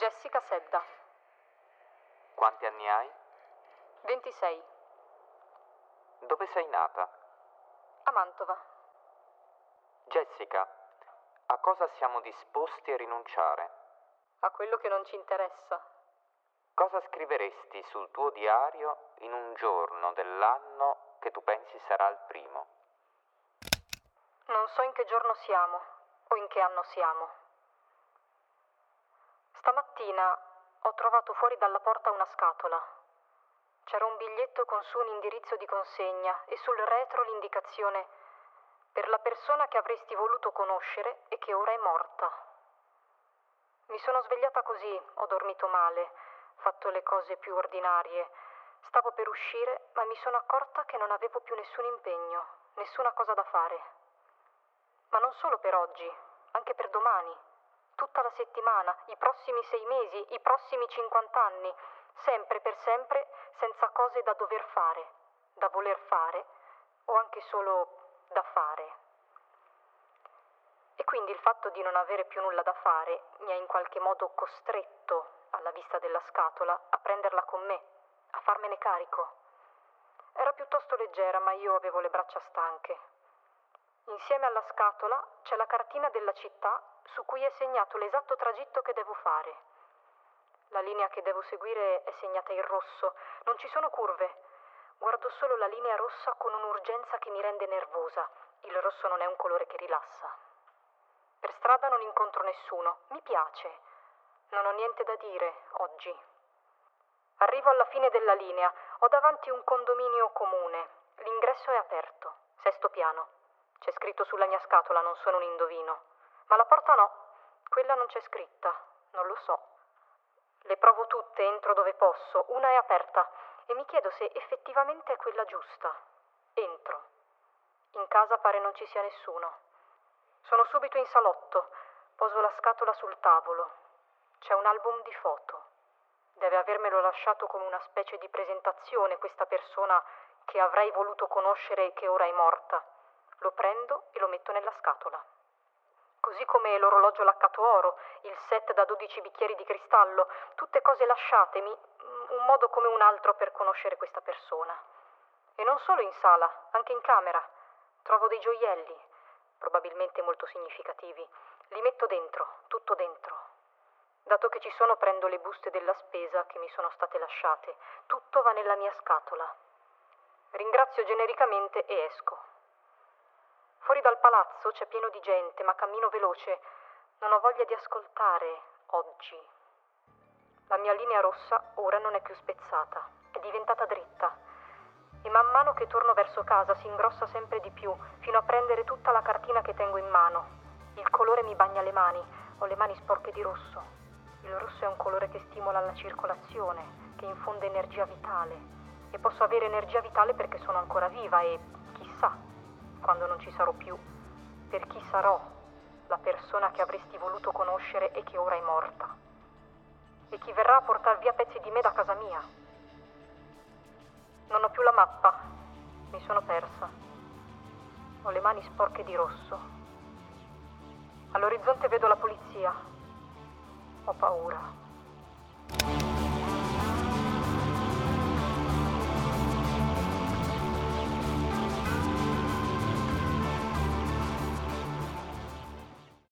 Jessica Sedda. Quanti anni hai? 26. Dove sei nata? A Mantova. Jessica, a cosa siamo disposti a rinunciare? A quello che non ci interessa. Cosa scriveresti sul tuo diario in un giorno dell'anno che tu pensi sarà il primo? Non so in che giorno siamo o in che anno siamo. Stamattina ho trovato fuori dalla porta una scatola. C'era un biglietto con su un indirizzo di consegna e sul retro l'indicazione: per la persona che avresti voluto conoscere e che ora è morta. Mi sono svegliata così, ho dormito male, fatto le cose più ordinarie. Stavo per uscire, ma mi sono accorta che non avevo più nessun impegno, nessuna cosa da fare. Ma non solo per oggi, anche per domani, tutta la settimana, i prossimi 6 mesi, i prossimi 50 anni, sempre per sempre, senza cose da dover fare, da voler fare o anche solo da fare. E quindi il fatto di non avere più nulla da fare mi ha in qualche modo costretto, alla vista della scatola, a prenderla con me, a farmene carico. Era piuttosto leggera, ma io avevo le braccia stanche. Insieme alla scatola c'è la cartina della città su cui è segnato l'esatto tragitto che devo fare. La linea che devo seguire è segnata in rosso, non ci sono curve. Guardo solo la linea rossa con un'urgenza che mi rende nervosa. Il rosso non è un colore che rilassa. Per strada non incontro nessuno. Mi piace. Non ho niente da dire oggi. Arrivo alla fine della linea. Ho davanti un condominio comune. L'ingresso è aperto. 6° piano. C'è scritto sulla mia scatola, non sono un indovino. Ma la porta no. Quella non c'è scritta. Non lo so. Le provo tutte, entro dove posso. Una è aperta e mi chiedo se effettivamente è quella giusta. Entro. In casa pare non ci sia nessuno. Sono subito in salotto. Poso la scatola sul tavolo. C'è un album di foto. Deve avermelo lasciato come una specie di presentazione questa persona che avrei voluto conoscere e che ora è morta. Lo prendo e lo metto nella scatola. Così come l'orologio laccato oro, il set da 12 bicchieri di cristallo, tutte cose lasciatemi, un modo come un altro per conoscere questa persona. E non solo in sala, anche in camera. Trovo dei gioielli, probabilmente molto significativi. Li metto dentro, tutto dentro. Dato che ci sono, prendo le buste della spesa che mi sono state lasciate. Tutto va nella mia scatola. Ringrazio genericamente e esco. Fuori dal palazzo c'è pieno di gente, ma cammino veloce. Non ho voglia di ascoltare oggi. La mia linea rossa ora non è più spezzata, è diventata dritta. E man mano che torno verso casa si ingrossa sempre di più, fino a prendere tutta la cartina che tengo in mano. Il colore mi bagna le mani, ho le mani sporche di rosso. Il rosso è un colore che stimola la circolazione, che infonde energia vitale. E posso avere energia vitale perché sono ancora viva e, chissà, quando non ci sarò più, per chi sarò la persona che avresti voluto conoscere e che ora è morta. E chi verrà a portar via pezzi di me da casa mia. Non ho più la mappa, mi sono persa. Ho le mani sporche di rosso. All'orizzonte vedo la polizia. Ho paura.